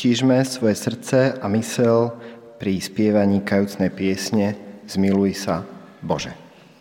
Utížme svoje srdce a mysel pri spievaní kajúcnej piesne Zmiluj sa, Bože.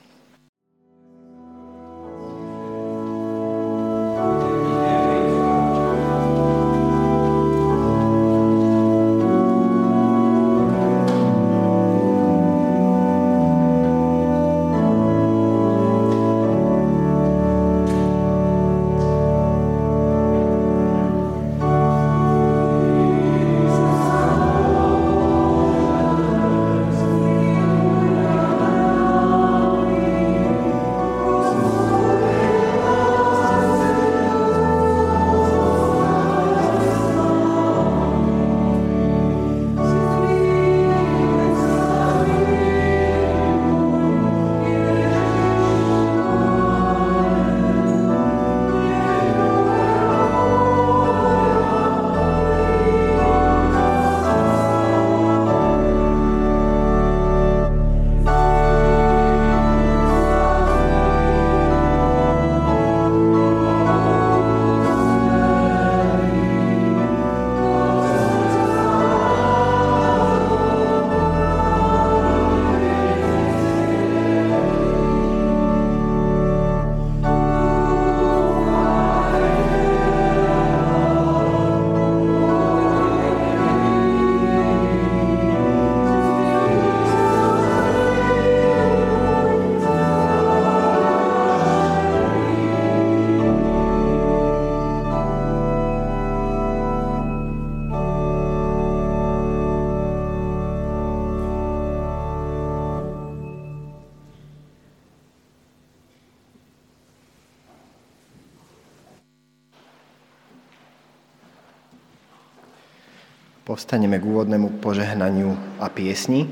Povstaneme k úvodnému požehnaniu a piesni.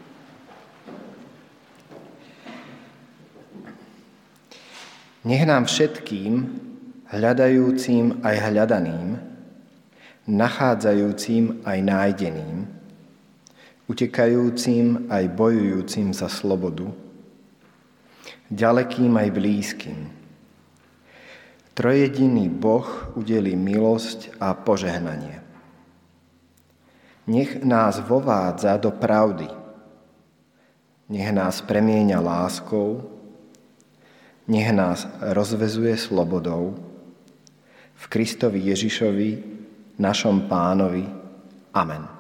Nech nám všetkým, hľadajúcim aj hľadaným, nachádzajúcim aj nájdeným, utekajúcim aj bojujúcim za slobodu, ďalekým aj blízkym, trojjediný Boh udelí milosť a požehnanie. Nech nás vovádza do pravdy. Nech nás premieňa láskou. Nech nás rozvezuje slobodou. V Kristovi Ježišovi, našom Pánovi. Amen.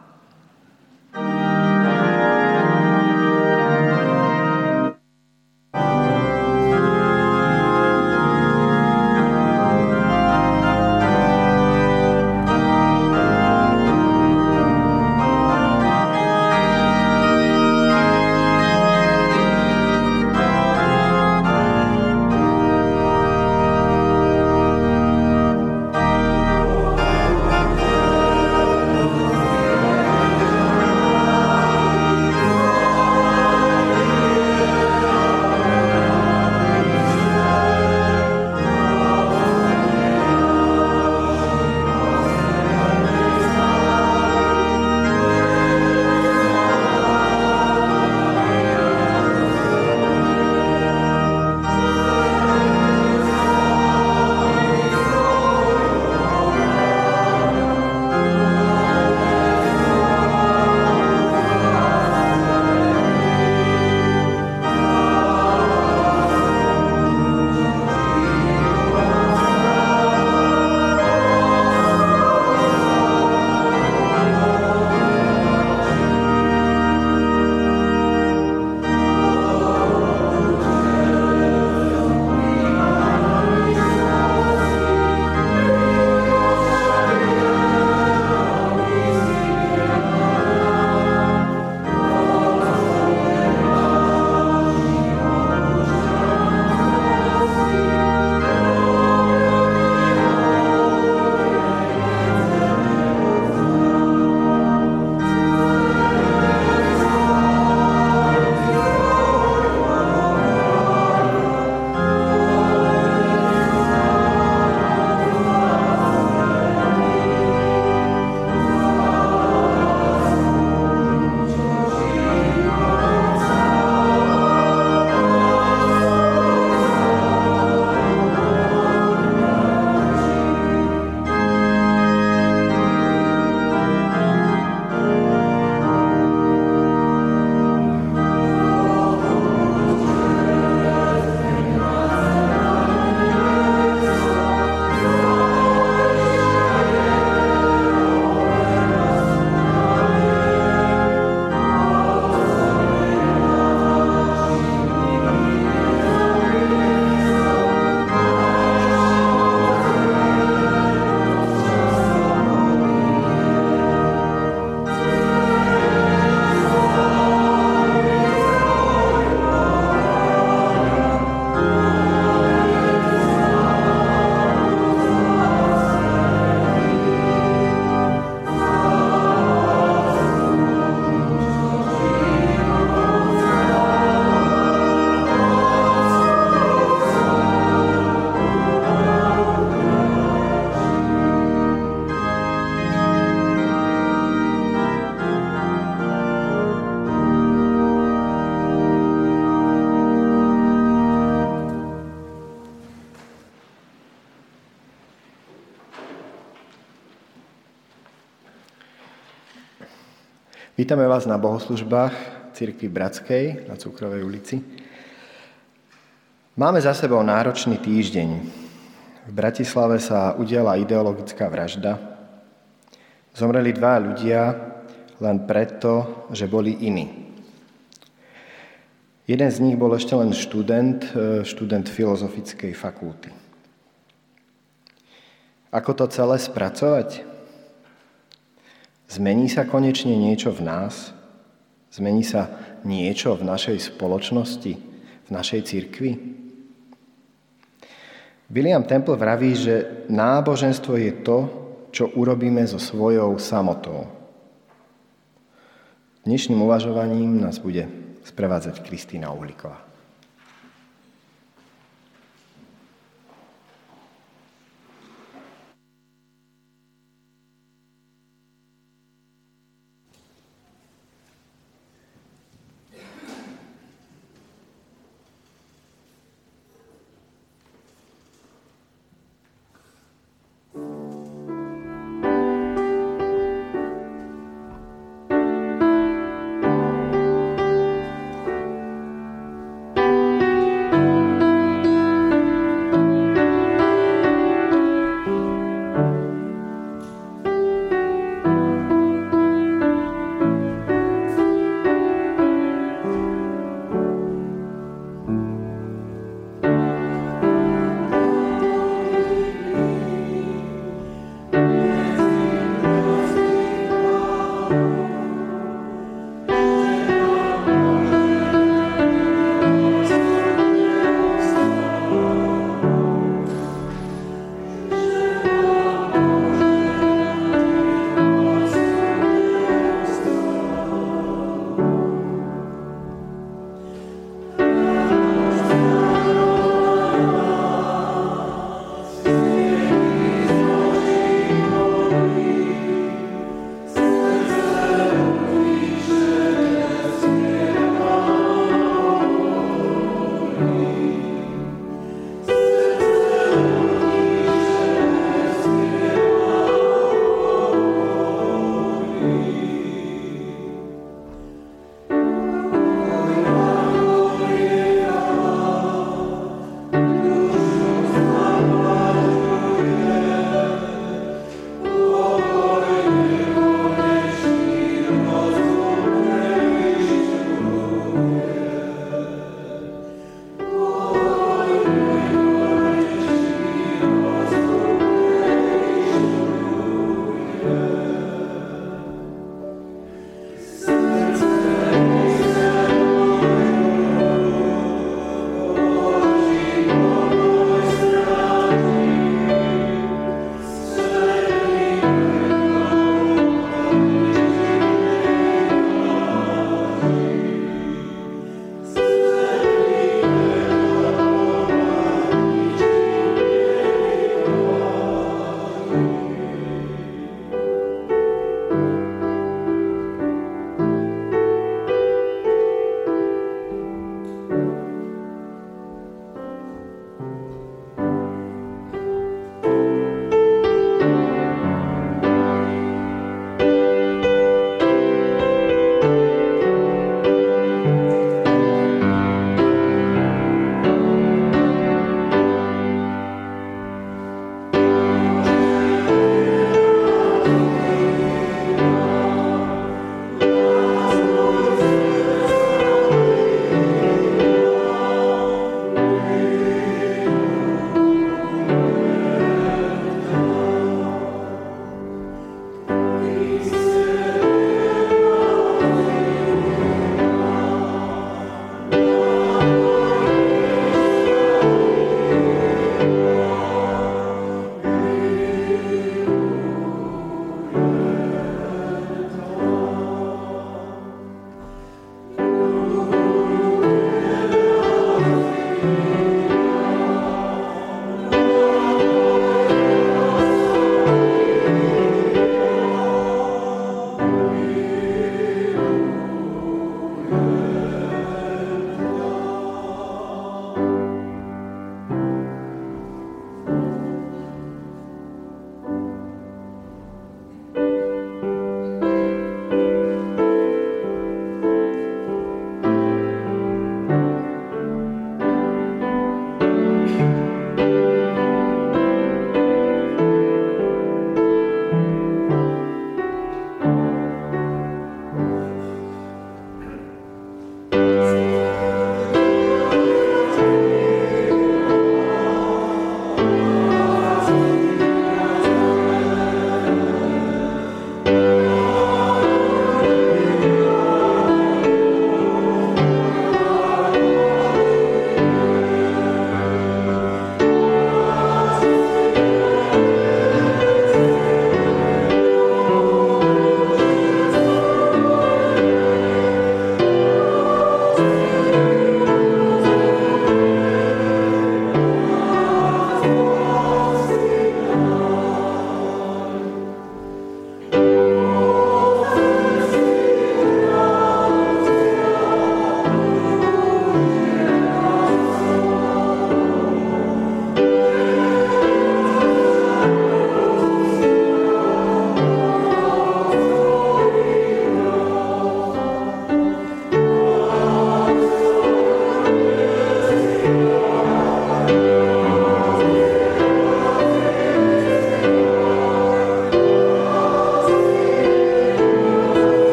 Vítame vás na bohoslužbách Cirkvi Bratskej na Cukrovej ulici. Máme za sebou náročný týždeň. V Bratislave sa udiala ideologická vražda. Zomreli 2 ľudia len preto, že boli iní. Jeden z nich bol ešte len študent filozofickej fakulty. Ako to celé spracovať? Zmení sa konečne niečo v nás? Zmení sa niečo v našej spoločnosti, v našej cirkvi? William Temple vraví, že náboženstvo je to, čo urobíme so svojou samotou. Dnešným uvažovaním nás bude sprevádzať Kristína Uhlíková.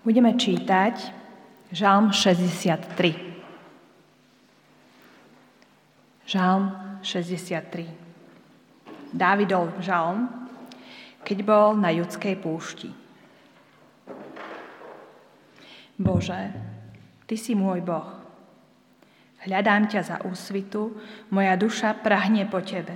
Budeme čítať Žalm 63. Žalm 63. Dávidov žalm, keď bol na Judskej púšti. Bože, Ty si môj Boh. Hľadám ťa za úsvitu, moja duša prahne po Tebe.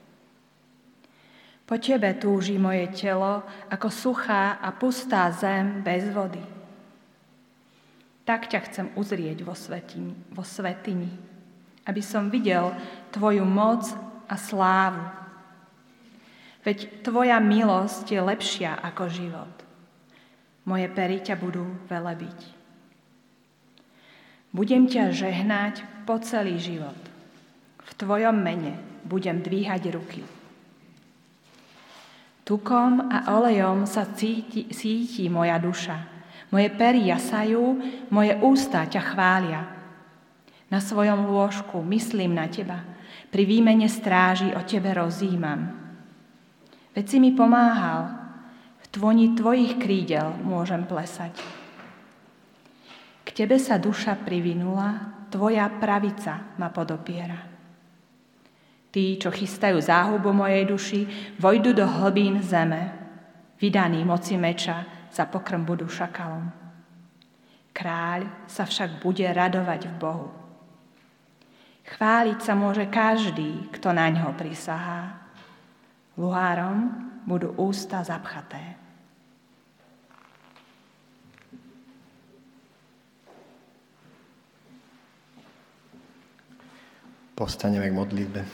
Po Tebe túži moje telo, ako suchá a pustá zem bez vody. Tak ťa chcem uzrieť vo svätyni, aby som videl Tvoju moc a slávu. Veď Tvoja milosť je lepšia ako život. Moje pery ťa budú velebiť. Budem ťa žehnať po celý život. V Tvojom mene budem dvíhať ruky. Tukom a olejom sa síti moja duša. Moje pery jasajú, moje ústa ťa chvália. Na svojom lôžku myslím na Teba. Pri výmene stráži o Tebe rozímam. Veď si mi pomáhal. V tvoni Tvojich krídel môžem plesať. K Tebe sa duša privinula, Tvoja pravica ma podopiera. Tí, čo chystajú záhubu mojej duši, vojdu do hlbín zeme. Vydaní moci meča za pokrm budú šakalom. Kráľ sa však bude radovať v Bohu. Chváliť sa môže každý, kto naňho prisahá. Luhárom budú ústa zapchaté. Povstaneme k modlitbe.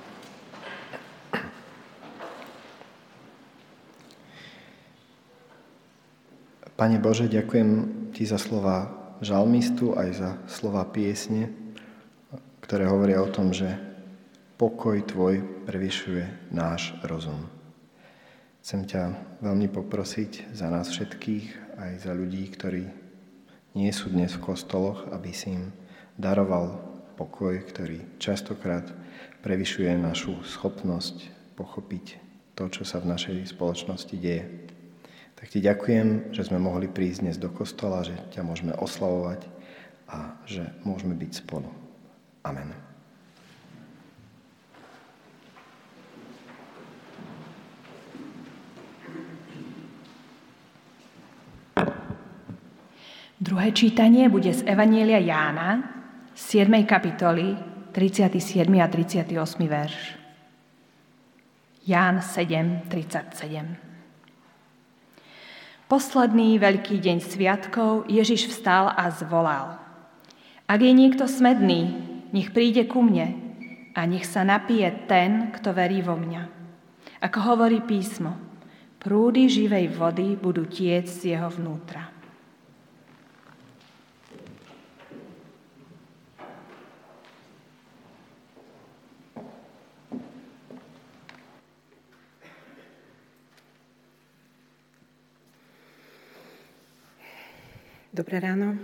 Pane Bože, ďakujem Ti za slova žalmistu, aj za slova piesne, ktoré hovoria o tom, že pokoj Tvoj prevyšuje náš rozum. Chcem ťa veľmi poprosiť za nás všetkých, aj za ľudí, ktorí nie sú dnes v kostoloch, aby si im daroval pokoj, ktorý častokrát prevyšuje našu schopnosť pochopiť to, čo sa v našej spoločnosti deje. Tak Ti ďakujem, že sme mohli prísť dnes do kostola, že ťa môžeme oslavovať a že môžeme byť spolu. Amen. Druhé čítanie bude z Evanjelia Jána, 7. kapitoly, 37. a 38. verš. Ján 7:37. Posledný veľký deň sviatkov Ježiš vstal a zvolal: Ak je niekto smedný, nech príde ku mne a nech sa napije ten, kto verí vo mňa. Ako hovorí písmo, prúdy živej vody budú tiecť z jeho vnútra. Dobré ráno.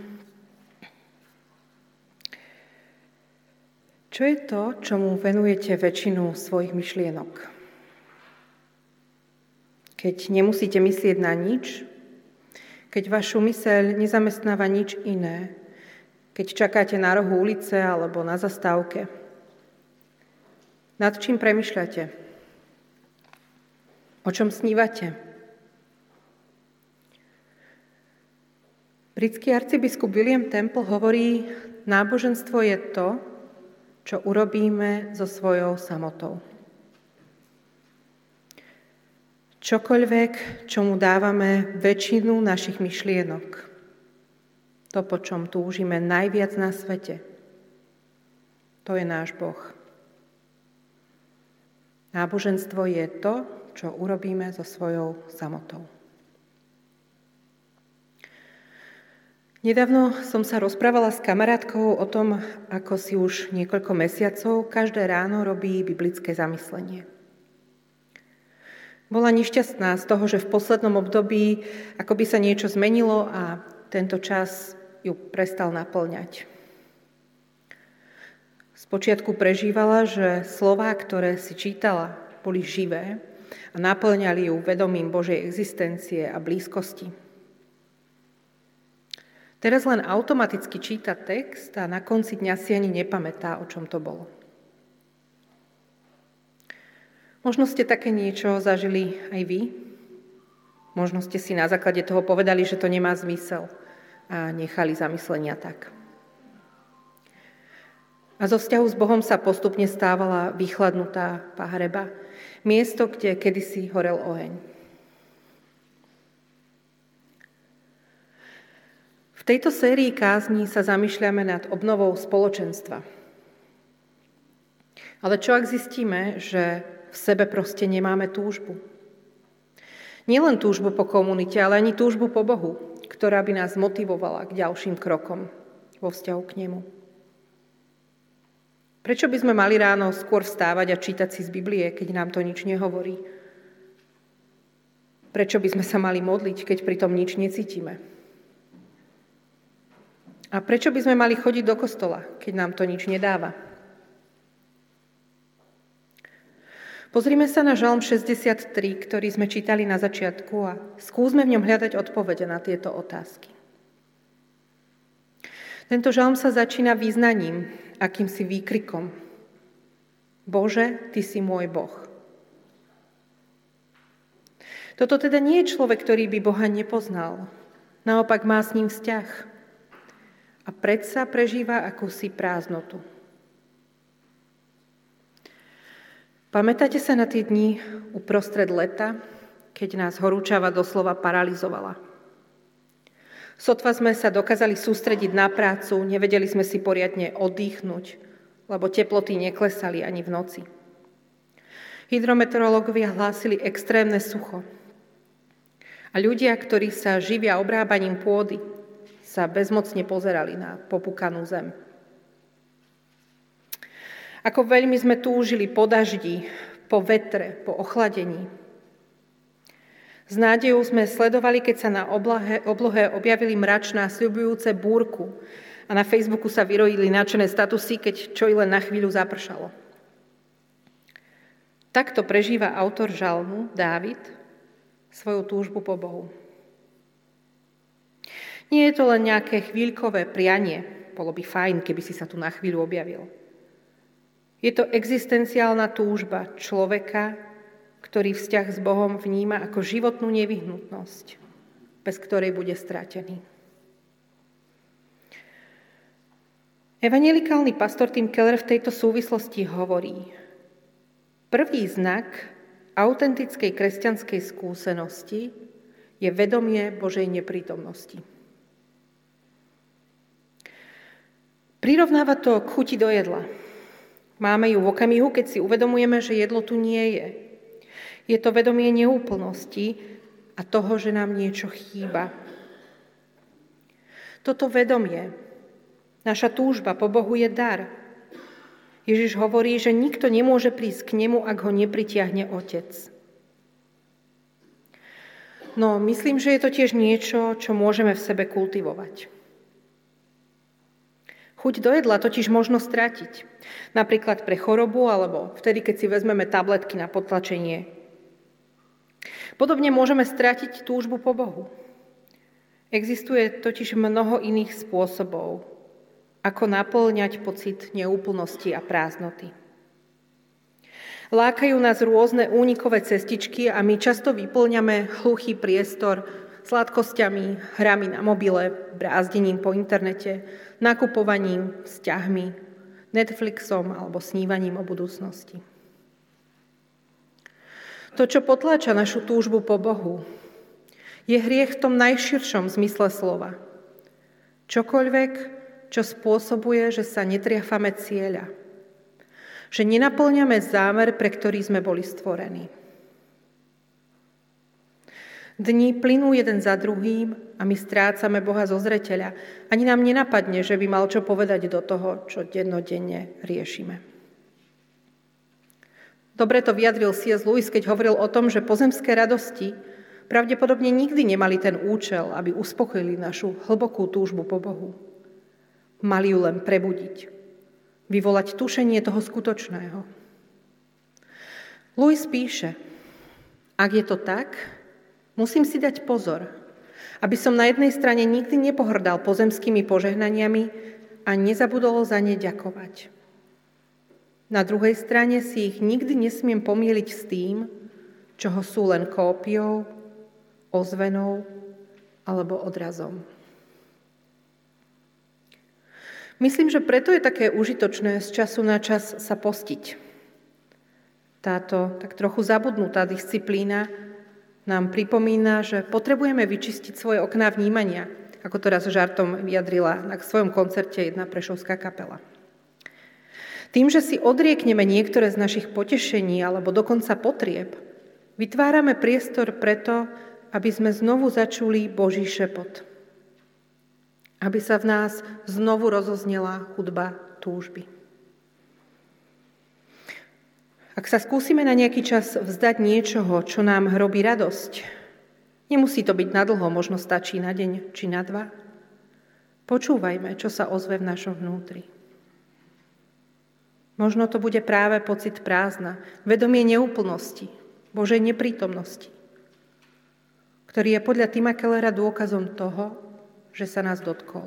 Čo je to, čomu venujete väčšinu svojich myšlienok? Keď nemusíte myslieť na nič, keď vašu myseľ nezamestnáva nič iné, keď čakáte na rohu ulice alebo na zastávke. Nad čím premýšľate? O čom snívate? Britský arcibiskup William Temple hovorí, náboženstvo je to, čo urobíme so svojou samotou. Čokoľvek, čomu dávame väčšinu našich myšlienok. To, po čom túžime najviac na svete. To je náš Boh. Náboženstvo je to, čo urobíme so svojou samotou. Nedávno som sa rozprávala s kamarátkou o tom, ako si už niekoľko mesiacov každé ráno robí biblické zamyslenie. Bola nešťastná z toho, že v poslednom období akoby sa niečo zmenilo a tento čas ju prestal naplňať. Spočiatku prežívala, že slová, ktoré si čítala, boli živé a naplňali ju vedomím Božej existencie a blízkosti. Teraz len automaticky číta text a na konci dňa si ani nepamätá, o čom to bolo. Možno ste také niečo zažili aj vy. Možno ste si na základe toho povedali, že to nemá zmysel a nechali zamyslenia tak. A zo vzťahu s Bohom sa postupne stávala vychladnutá pahreba, miesto, kde kedysi horel oheň. V tejto sérii kázní sa zamýšľame nad obnovou spoločenstva. Ale čo ak zistíme, že v sebe proste nemáme túžbu? Nielen túžbu po komunite, ale ani túžbu po Bohu, ktorá by nás motivovala k ďalším krokom vo vzťahu k nemu. Prečo by sme mali ráno skôr vstávať a čítať si z Biblie, keď nám to nič nehovorí? Prečo by sme sa mali modliť, keď pritom nič necítime? A prečo by sme mali chodiť do kostola, keď nám to nič nedáva? Pozrime sa na Žalm 63, ktorý sme čítali na začiatku a skúsme v ňom hľadať odpovede na tieto otázky. Tento žalm sa začína význaním, akýmsi výkrikom. Bože, Ty si môj Boh. Toto teda nie je človek, ktorý by Boha nepoznal. Naopak má s ním vzťah. A predsa prežíva akúsi prázdnotu. Pamätáte sa na tie dni uprostred leta, keď nás horúčava doslova paralyzovala? Sotva sme sa dokázali sústrediť na prácu, nevedeli sme si poriadne oddychnúť, lebo teploty neklesali ani v noci. Hydrometeorológovia hlásili extrémne sucho. A ľudia, ktorí sa živia obrábaním pôdy, sa bezmocne pozerali na popúkanú zem. Ako veľmi sme túžili po daždi, po vetre, po ochladení. S nádejou sme sledovali, keď sa na oblohe objavili mračná, sľubujúce búrku a na Facebooku sa vyrojili nadšené statusy, keď čo i len na chvíľu zapršalo. Takto prežíva autor žalmu, Dávid, svoju túžbu po Bohu. Nie je to len nejaké chvíľkové prianie, bolo by fajn, keby si sa tu na chvíľu objavil. Je to existenciálna túžba človeka, ktorý vzťah s Bohom vníma ako životnú nevyhnutnosť, bez ktorej bude stratený. Evanjelikálny pastor Tim Keller v tejto súvislosti hovorí: prvý znak autentickej kresťanskej skúsenosti je vedomie Božej neprítomnosti. Prirovnáva to k chuti do jedla. Máme ju v okamihu, keď si uvedomujeme, že jedlo tu nie je. Je to vedomie neúplnosti a toho, že nám niečo chýba. Toto vedomie, naša túžba po Bohu je dar. Ježiš hovorí, že nikto nemôže prísť k nemu, ak ho nepritiahne Otec. No, myslím, že je to tiež niečo, čo môžeme v sebe kultivovať. Chuť do jedla totiž možno stratiť. Napríklad pre chorobu alebo vtedy, keď si vezmeme tabletky na potlačenie. Podobne môžeme stratiť túžbu po Bohu. Existuje totiž mnoho iných spôsobov, ako napĺňať pocit neúplnosti a prázdnoty. Lákajú nás rôzne únikové cestičky a my často vyplňame hluchý priestor sladkosťami, hrami na mobile, brázdením po internete, nakupovaním, vzťahmi, Netflixom alebo snívaním o budúcnosti. To, čo potláča našu túžbu po Bohu, je hriech v tom najširšom zmysle slova. Čokoľvek, čo spôsobuje, že sa netriafame cieľa. Že nenaplňame zámer, pre ktorý sme boli stvorení. Dni plynú jeden za druhým a my strácame Boha zo zreteľa. Ani nám nenapadne, že by mal čo povedať do toho, čo dennodenne riešime. Dobre to vyjadril C.S. Lewis, keď hovoril o tom, že pozemské radosti pravdepodobne nikdy nemali ten účel, aby uspokojili našu hlbokú túžbu po Bohu. Mali ju len prebudiť, vyvolať tušenie toho skutočného. Lewis píše: ak je to tak, musím si dať pozor, Aby som na jednej strane nikdy nepohrdal pozemskými požehnaniami a nezabudol za ne ďakovať. Na druhej strane si ich nikdy nesmiem pomýliť s tým, čoho sú len kópiou, ozvenou alebo odrazom. Myslím, že preto je také užitočné z času na čas sa postiť. Táto tak trochu zabudnutá disciplína nám pripomína, že potrebujeme vyčistiť svoje okná vnímania, ako to raz žartom vyjadrila na svojom koncerte jedna prešovská kapela. Tým, že si odriekneme niektoré z našich potešení alebo dokonca potrieb, vytvárame priestor preto, aby sme znovu začuli Boží šepot. Aby sa v nás znovu rozoznela hudba túžby. Ak sa skúsime na nejaký čas vzdať niečoho, čo nám robí radosť, nemusí to byť nadlho, možno stačí na deň či na 2. Počúvajme, čo sa ozve v našom vnútri. Možno to bude práve pocit prázdna, vedomie neúplnosti, Božej neprítomnosti, ktorý je podľa Tima Kellera dôkazom toho, že sa nás dotkol.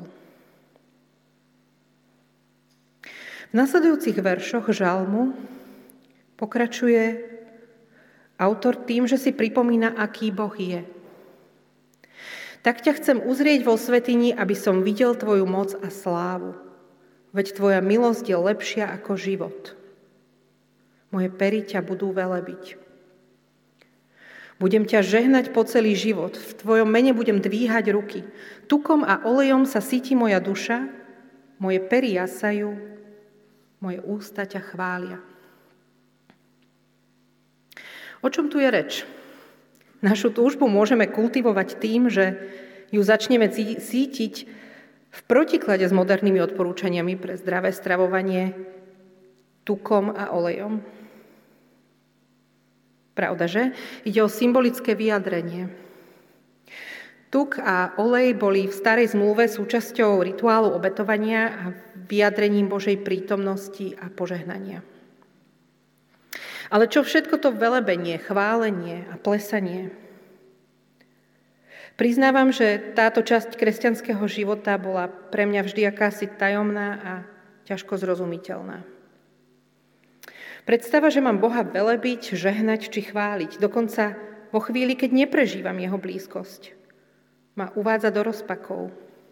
V nasledujúcich veršoch žalmu pokračuje autor tým, že si pripomína, aký Boh je. Tak ťa chcem uzrieť vo svätyni, aby som videl tvoju moc a slávu. Veď tvoja milosť je lepšia ako život. Moje pery ťa budú velebiť. Budem ťa žehnať po celý život, v tvojom mene budem dvíhať ruky. Tukom a olejom sa síti moja duša, moje pery jasajú, moje ústa ťa chvália. O čom tu je reč? Našu túžbu môžeme kultivovať tým, že ju začneme cítiť v protiklade s modernými odporúčaniami pre zdravé stravovanie tukom a olejom. Pravda, že? Ide o symbolické vyjadrenie. Tuk a olej boli v starej zmluve súčasťou rituálu obetovania a vyjadrením Božej prítomnosti a požehnania. Ale čo všetko to velebenie, chválenie a plesanie? Priznávam, že táto časť kresťanského života bola pre mňa vždy akási tajomná a ťažko zrozumiteľná. Predstava, že mám Boha velebiť, žehnať či chváliť, dokonca vo chvíli, keď neprežívam jeho blízkosť, ma uvádza do rozpakov.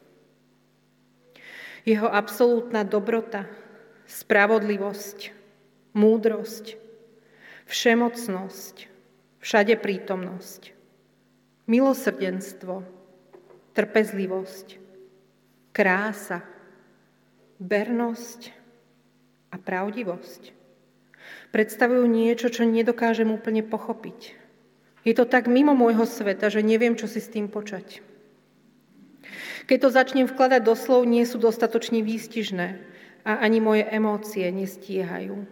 Jeho absolútna dobrota, spravodlivosť, múdrosť, všemocnosť, všade prítomnosť, milosrdenstvo, trpezlivosť, krása, vernosť a pravdivosť predstavujú niečo, čo nedokážem úplne pochopiť. Je to tak mimo môjho sveta, že neviem, čo si s tým počať. Keď to začnem vkladať do slov, nie sú dostatočne výstižné a ani moje emócie nestíhajú.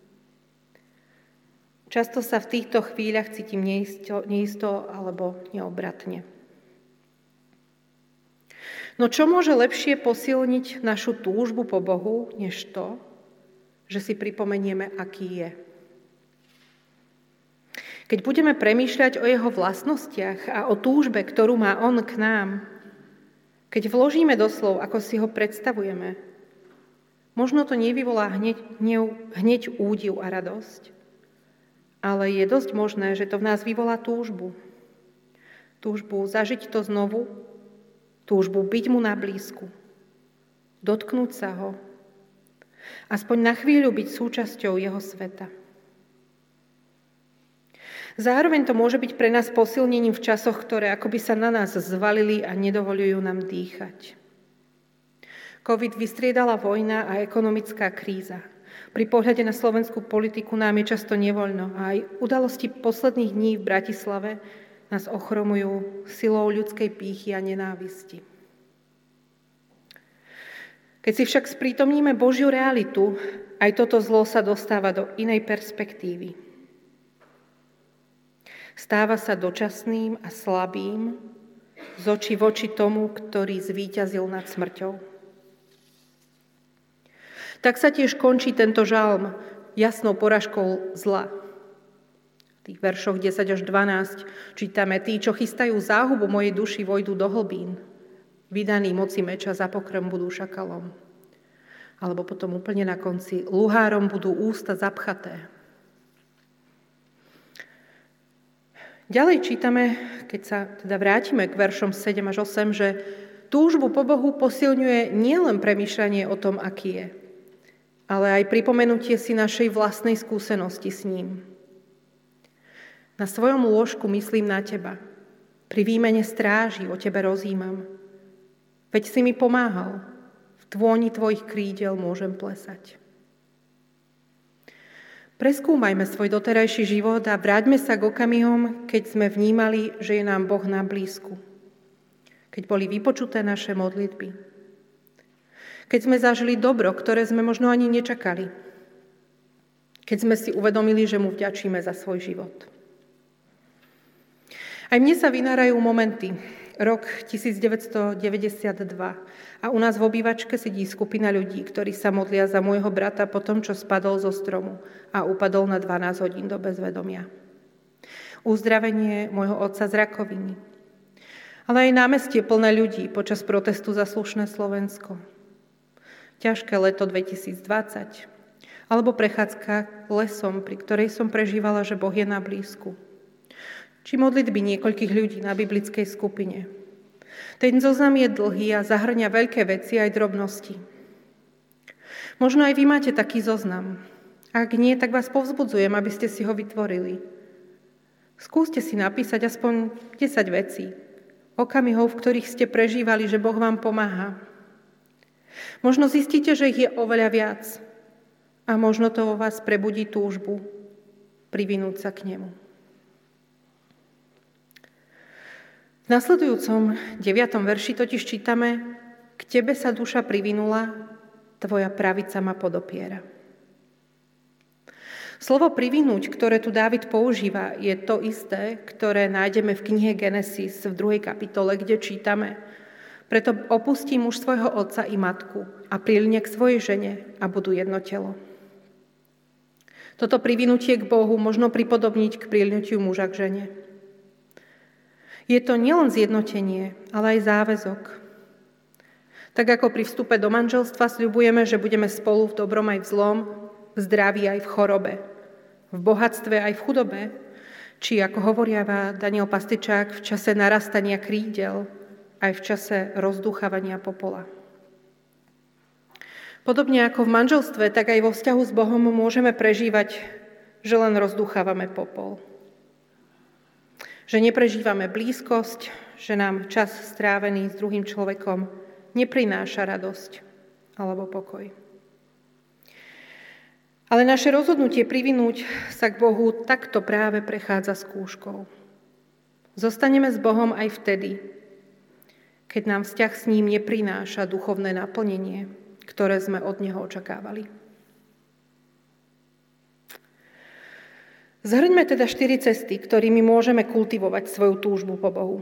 Často sa v týchto chvíľach cítim neisto alebo neobratne. No čo môže lepšie posilniť našu túžbu po Bohu, než to, že si pripomenieme, aký je. Keď budeme premýšľať o jeho vlastnostiach a o túžbe, ktorú má on k nám, keď vložíme do slov, ako si ho predstavujeme, možno to nevyvolá hneď údiv a radosť, ale je dosť možné, že to v nás vyvolá túžbu. Túžbu zažiť to znovu, túžbu byť mu na blízku, dotknúť sa ho, aspoň na chvíľu byť súčasťou jeho sveta. Zároveň to môže byť pre nás posilnením v časoch, ktoré akoby sa na nás zvalili a nedovoľujú nám dýchať. COVID vystriedala vojna a ekonomická kríza. Pri pohľade na slovenskú politiku nám je často nevoľno a aj udalosti posledných dní v Bratislave nás ochromujú silou ľudskej pýchy a nenávisti. Keď si však sprítomníme Božiu realitu, aj toto zlo sa dostáva do inej perspektívy. Stáva sa dočasným a slabým z očí voči tomu, ktorý zvíťazil nad smrťou. Tak sa tiež končí tento žalm jasnou porážkou zla. tých veršoch 10 až 12 čítame: Tí, čo chystajú záhubu mojej duši, vojdu do hlbín. Vydaní moci meča za pokrm budú šakalom. Alebo potom úplne na konci: luhárom budú ústa zapchaté. Ďalej čítame, keď sa teda vrátime k veršom 7 až 8, že túžbu po Bohu posilňuje nielen premýšľanie o tom, aký je, ale aj pripomenutie si našej vlastnej skúsenosti s ním. Na svojom lôžku myslím na teba. Pri výmene stráži o tebe rozímam. Veď si mi pomáhal. V tvôni tvojich krídel môžem plesať. Preskúmajme svoj doterajší život a vráťme sa k okamihom, keď sme vnímali, že je nám Boh na blízku. Keď boli vypočuté naše modlitby. Keď sme zažili dobro, ktoré sme možno ani nečakali. Keď sme si uvedomili, že mu vďačíme za svoj život. Aj mne sa vynárajú momenty. Rok 1992 a u nás v obývačke sedí skupina ľudí, ktorí sa modlia za môjho brata po tom, čo spadol zo stromu a upadol na 12 hodín do bezvedomia. Uzdravenie môjho otca z rakoviny. Ale aj námestie plné ľudí počas protestu za slušné Slovensko. Ťažké leto 2020. Alebo prechádzka lesom, pri ktorej som prežívala, že Boh je na blízku. Či modlitby niekoľkých ľudí na biblickej skupine. Ten zoznam je dlhý a zahrňa veľké veci aj drobnosti. Možno aj vy máte taký zoznam. Ak nie, tak vás povzbudzujem, aby ste si ho vytvorili. Skúste si napísať aspoň 10 vecí, okamihov, v ktorých ste prežívali, že Boh vám pomáha. Možno zistíte, že ich je oveľa viac a možno to vo vás prebudí túžbu privinúť sa k nemu. V nasledujúcom 9. verši totiž čítame: K tebe sa duša privinula, tvoja pravica ma podopiera. Slovo privinúť, ktoré tu Dávid používa, je to isté, ktoré nájdeme v knihe Genesis v 2. kapitole, kde čítame: Preto opustí muž svojho otca i matku a prilne k svojej žene a budú jedno telo. Toto privinutie k Bohu možno pripodobniť k prilnutiu muža k žene. Je to nielen zjednotenie, ale aj záväzok. Tak ako pri vstupe do manželstva sľubujeme, že budeme spolu v dobrom aj v zlom, v zdraví aj v chorobe, v bohatstve aj v chudobe, či ako hovoriava Daniel Pastyčák, v čase narastania krídel, aj v čase rozdúchavania popola. Podobne ako v manželstve, tak aj vo vzťahu s Bohom môžeme prežívať, že len rozdúchávame popol. Že neprežívame blízkosť, že nám čas strávený s druhým človekom neprináša radosť alebo pokoj. Ale naše rozhodnutie privinúť sa k Bohu takto práve prechádza skúškou. Zostaneme s Bohom aj vtedy, keď nám vzťah s ním neprináša duchovné naplnenie, ktoré sme od neho očakávali. Zhrňme teda 4 cesty, ktorými môžeme kultivovať svoju túžbu po Bohu.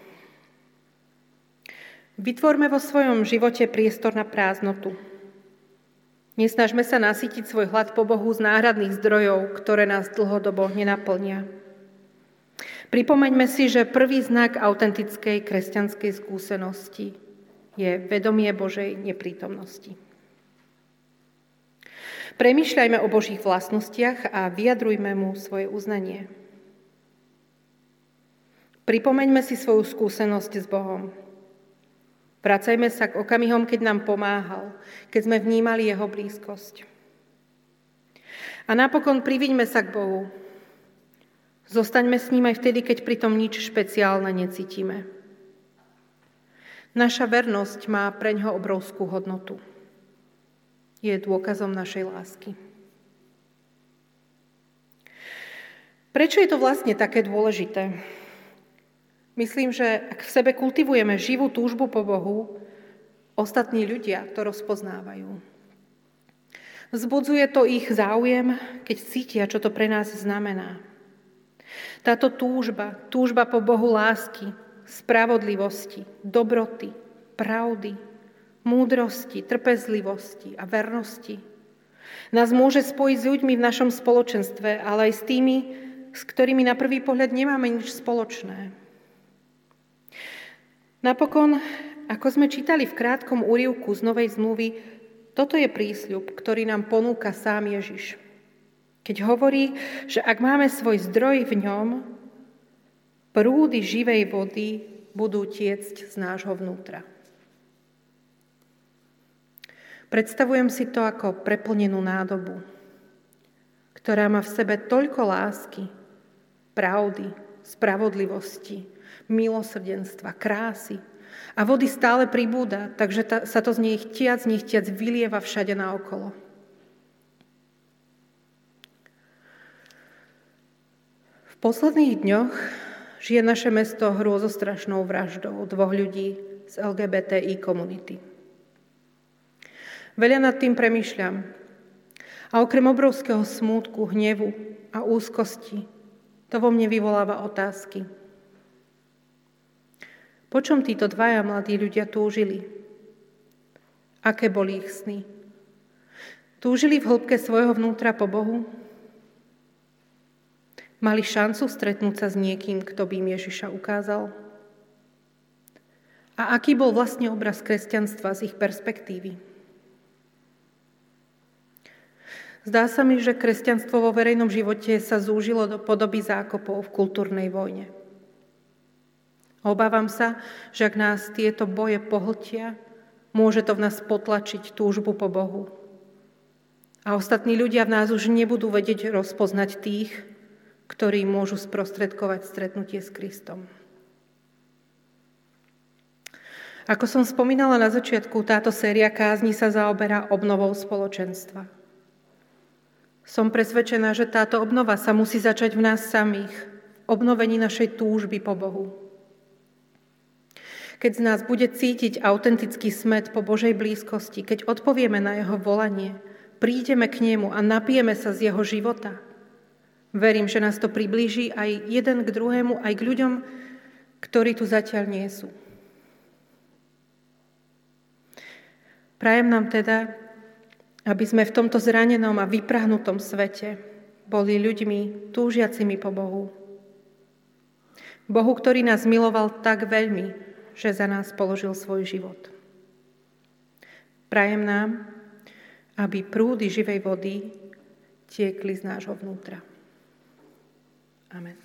Vytvorme vo svojom živote priestor na prázdnotu. Nesnažme sa nasytiť svoj hlad po Bohu z náhradných zdrojov, ktoré nás dlhodobo nenaplnia. Pripomeňme si, že prvý znak autentickej kresťanskej skúsenosti je vedomie Božej neprítomnosti. Premýšľajme o Božích vlastnostiach a vyjadrujme mu svoje uznanie. Pripomeňme si svoju skúsenosť s Bohom. Vracajme sa k okamihom, keď nám pomáhal, keď sme vnímali jeho blízkosť. A napokon priviňme sa k Bohu. Zostaňme s ním aj vtedy, keď pri tom nič špeciálne necítime. Naša vernosť má preňho obrovskú hodnotu. Je dôkazom našej lásky. Prečo je to vlastne také dôležité? Myslím, že ak v sebe kultivujeme živú túžbu po Bohu, ostatní ľudia to rozpoznávajú. Vzbudzuje to ich záujem, keď cítia, čo to pre nás znamená. Táto túžba po Bohu lásky, spravodlivosti, dobroty, pravdy, múdrosti, trpezlivosti a vernosti nás môže spojiť s ľuďmi v našom spoločenstve, ale aj s tými, s ktorými na prvý pohľad nemáme nič spoločné. Napokon, ako sme čítali v krátkom úryvku z Novej zmluvy, toto je prísľub, ktorý nám ponúka sám Ježiš. Keď hovorí, že ak máme svoj zdroj v ňom, prúdy živej vody budú tiecť z nášho vnútra. Predstavujem si to ako preplnenú nádobu, ktorá má v sebe toľko lásky, pravdy, spravodlivosti, milosrdenstva, krásy a vody stále pribúda, takže sa to z nej nechtiac vylieva všade naokolo. V posledných dňoch žije naše mesto hrôzostrašnou vraždou 2 ľudí z LGBTI komunity. Veľa nad tým premýšľam. A okrem obrovského smútku, hnevu a úzkosti, to vo mne vyvoláva otázky. Po čom títo 2 mladí ľudia túžili? Aké boli ich sny? Túžili v hĺbke svojho vnútra po Bohu? Mali šancu stretnúť sa s niekým, kto by im Ježiša ukázal? A aký bol vlastne obraz kresťanstva z ich perspektívy? Zdá sa mi, že kresťanstvo vo verejnom živote sa zúžilo do podoby zákopov v kultúrnej vojne. Obávam sa, že ak nás tieto boje pohltia, môže to v nás potlačiť túžbu po Bohu. A ostatní ľudia v nás už nebudú vedieť rozpoznať tých, ktorí môžu sprostredkovať stretnutie s Kristom. Ako som spomínala na začiatku, táto séria kázni sa zaoberá obnovou spoločenstva. Som presvedčená, že táto obnova sa musí začať v nás samých, v obnovení našej túžby po Bohu. Keď z nás bude cítiť autentický smäd po Božej blízkosti, keď odpovieme na jeho volanie, prídeme k nemu a napijeme sa z jeho života, verím, že nás to priblíži aj jeden k druhému, aj k ľuďom, ktorí tu zatiaľ nie sú. Prajem nám teda, aby sme v tomto zranenom a vyprahnutom svete boli ľuďmi túžiacimi po Bohu. Bohu, ktorý nás miloval tak veľmi, že za nás položil svoj život. Prajem nám, aby prúdy živej vody tiekli z nášho vnútra. Amen.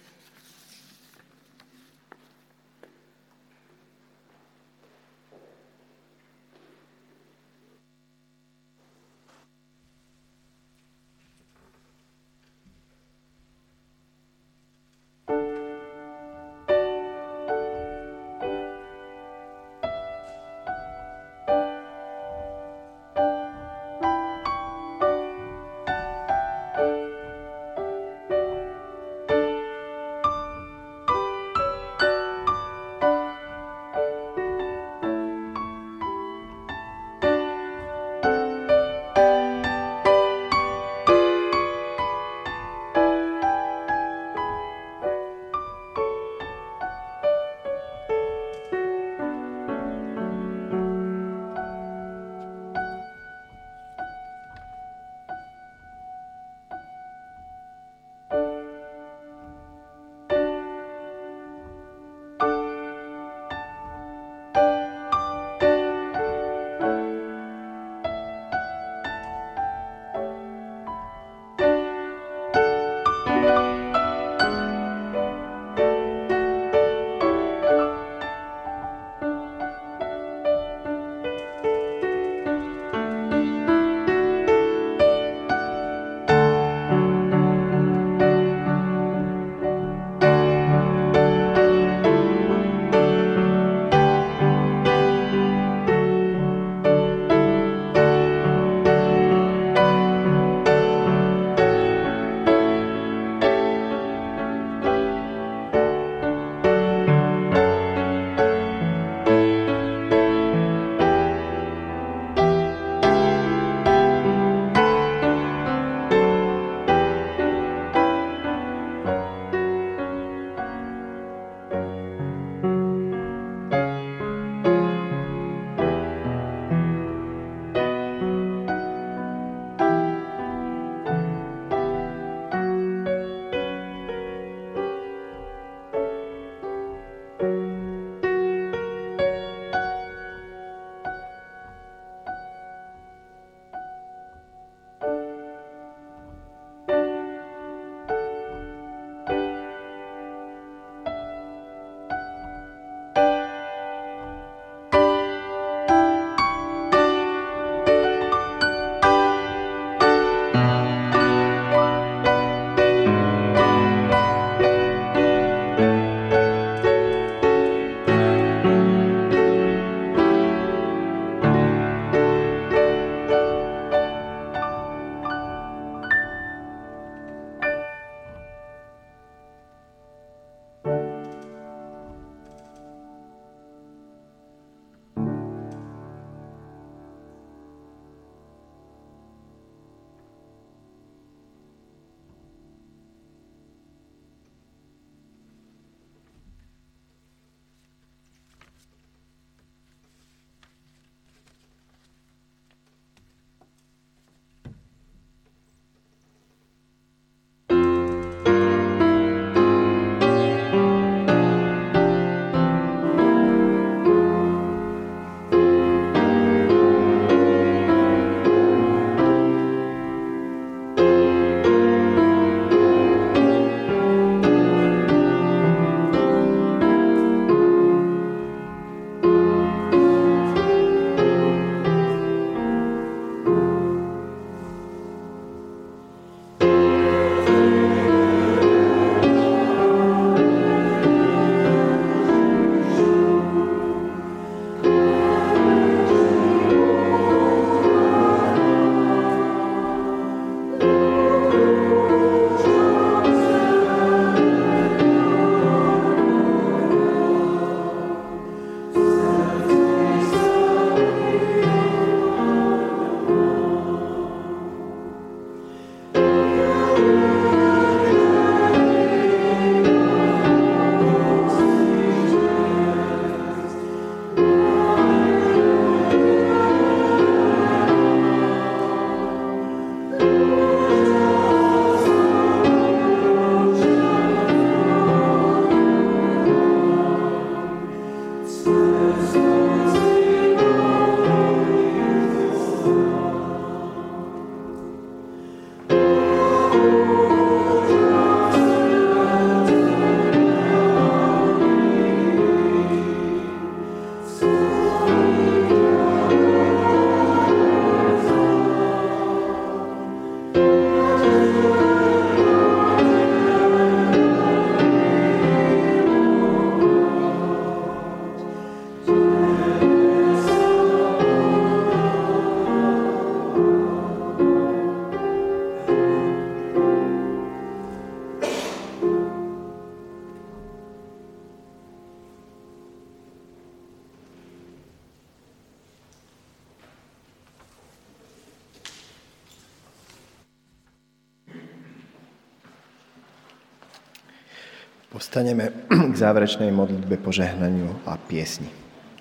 Povstaneme k záverečnej modlitbe, požehnaniu a piesni.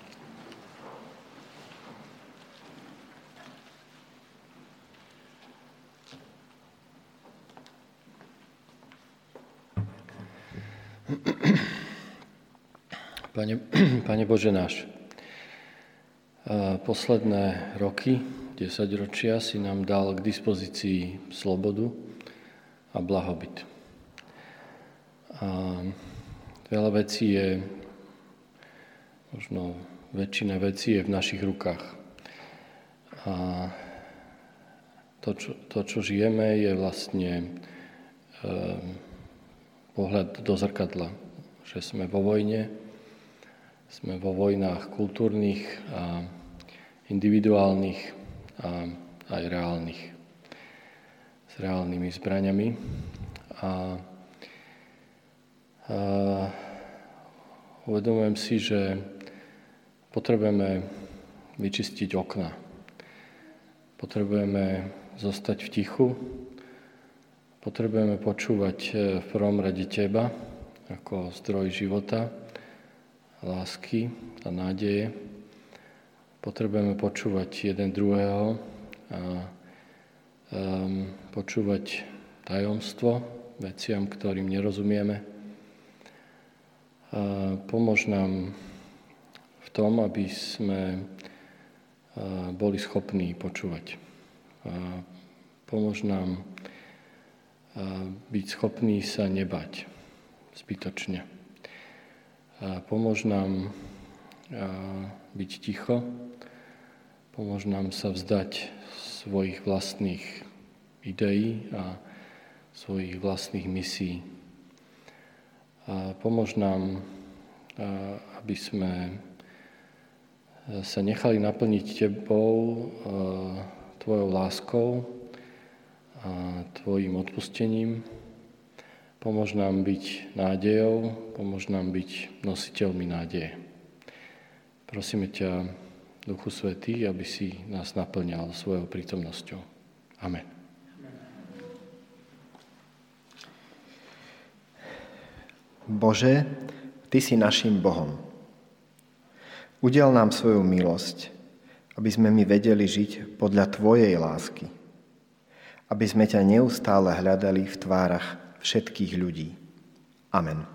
Pane Bože náš, posledné roky, 10 ročia si nám dal k dispozícii slobodu a blahobyt. A veľa vecí je, možno väčšina vecí je v našich rukách. A to, čo žijeme, je vlastne pohľad do zrkadla, že sme vo vojne, sme vo vojnách kultúrnych a individuálnych a aj reálnych, s reálnymi zbraňami. A uvedomujem si, že potrebujeme vyčistiť okná. Potrebujeme zostať v tichu. Potrebujeme počúvať v prvom rade Teba ako zdroj života, lásky a nádeje. Potrebujeme počúvať jeden druhého a počúvať tajomstvo veciam, ktorým nerozumieme. Pomôž nám v tom, aby sme boli schopní počúvať. Pomôž nám byť schopní sa nebať zbytočne. Pomôž nám byť ticho. Pomôž nám sa vzdať svojich vlastných ideí a svojich vlastných misií. Pomôž nám, aby sme sa nechali naplniť Tebou, Tvojou láskou a Tvojim odpustením. Pomôž nám byť nádejou, pomôž nám byť nositeľmi nádeje. Prosíme ťa, Duchu Svätý, aby si nás naplňal svojou prítomnosťou. Amen. Bože, Ty si naším Bohom. Udiel nám svoju milosť, aby sme my vedeli žiť podľa Tvojej lásky. Aby sme ťa neustále hľadali v tvárach všetkých ľudí. Amen.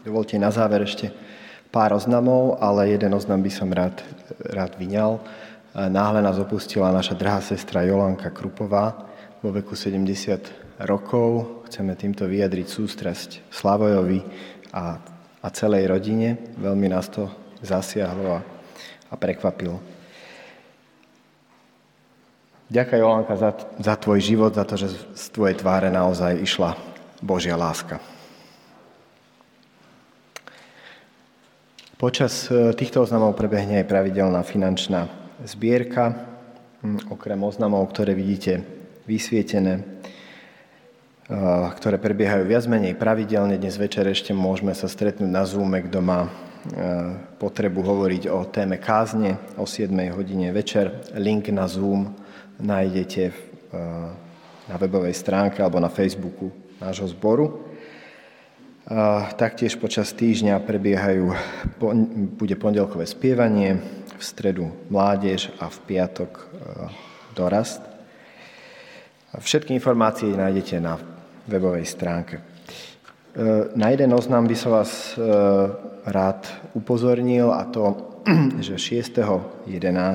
Dovolte na záver ešte pár oznamov, ale jeden oznam by som rád vyňal. Náhle nás opustila naša drahá sestra Jolanka Krupová vo veku 70 rokov. Chceme týmto vyjadriť sústrasť Slavojovi a celej rodine. Veľmi nás to zasiahlo a prekvapilo. Ďakujem, Jolanka, za tvoj život, za to, že z tvojej tváre naozaj išla Božia láska. Počas týchto oznamov prebehne aj pravidelná finančná zbierka, okrem oznamov, ktoré vidíte vysvietené, ktoré prebiehajú viac menej pravidelne. Dnes večer ešte môžeme sa stretnúť na Zoome, kto má potrebu hovoriť o téme kázne o 7 hodine večer. Link na Zoom nájdete na webovej stránke alebo na Facebooku nášho zboru. Taktiež počas týždňa bude pondelkové spievanie, v stredu mládež a v piatok dorast. Všetky informácie nájdete na webovej stránke. Na jeden oznam by som vás rád upozornil, a to, že 6.11.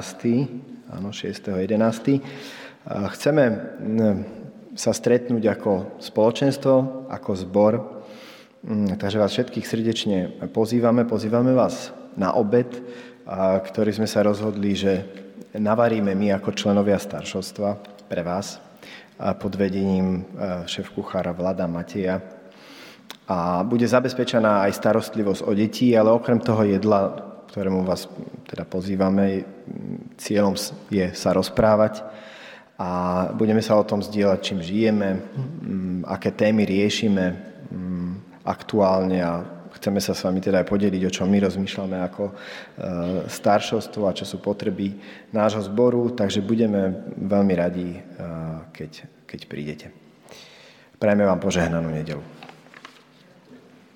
chceme sa stretnúť ako spoločenstvo, ako zbor. Takže vás všetkých srdečne pozývame vás na obed, ktorý sme sa rozhodli, že navaríme my ako členovia staršovstva pre vás pod vedením šéfkuchára Vlada Mateja. A bude zabezpečená aj starostlivosť o deti, ale okrem toho jedla, ktorému vás teda pozývame, cieľom je sa rozprávať a budeme sa o tom zdieľať, čím žijeme, aké témy riešime aktuálne a chceme sa s vami teda aj podeliť, o čom my rozmýšľame ako staršovstvo a čo sú potreby nášho zboru, takže budeme veľmi radi, keď prídete. Prajeme vám požehnanú nedeľu.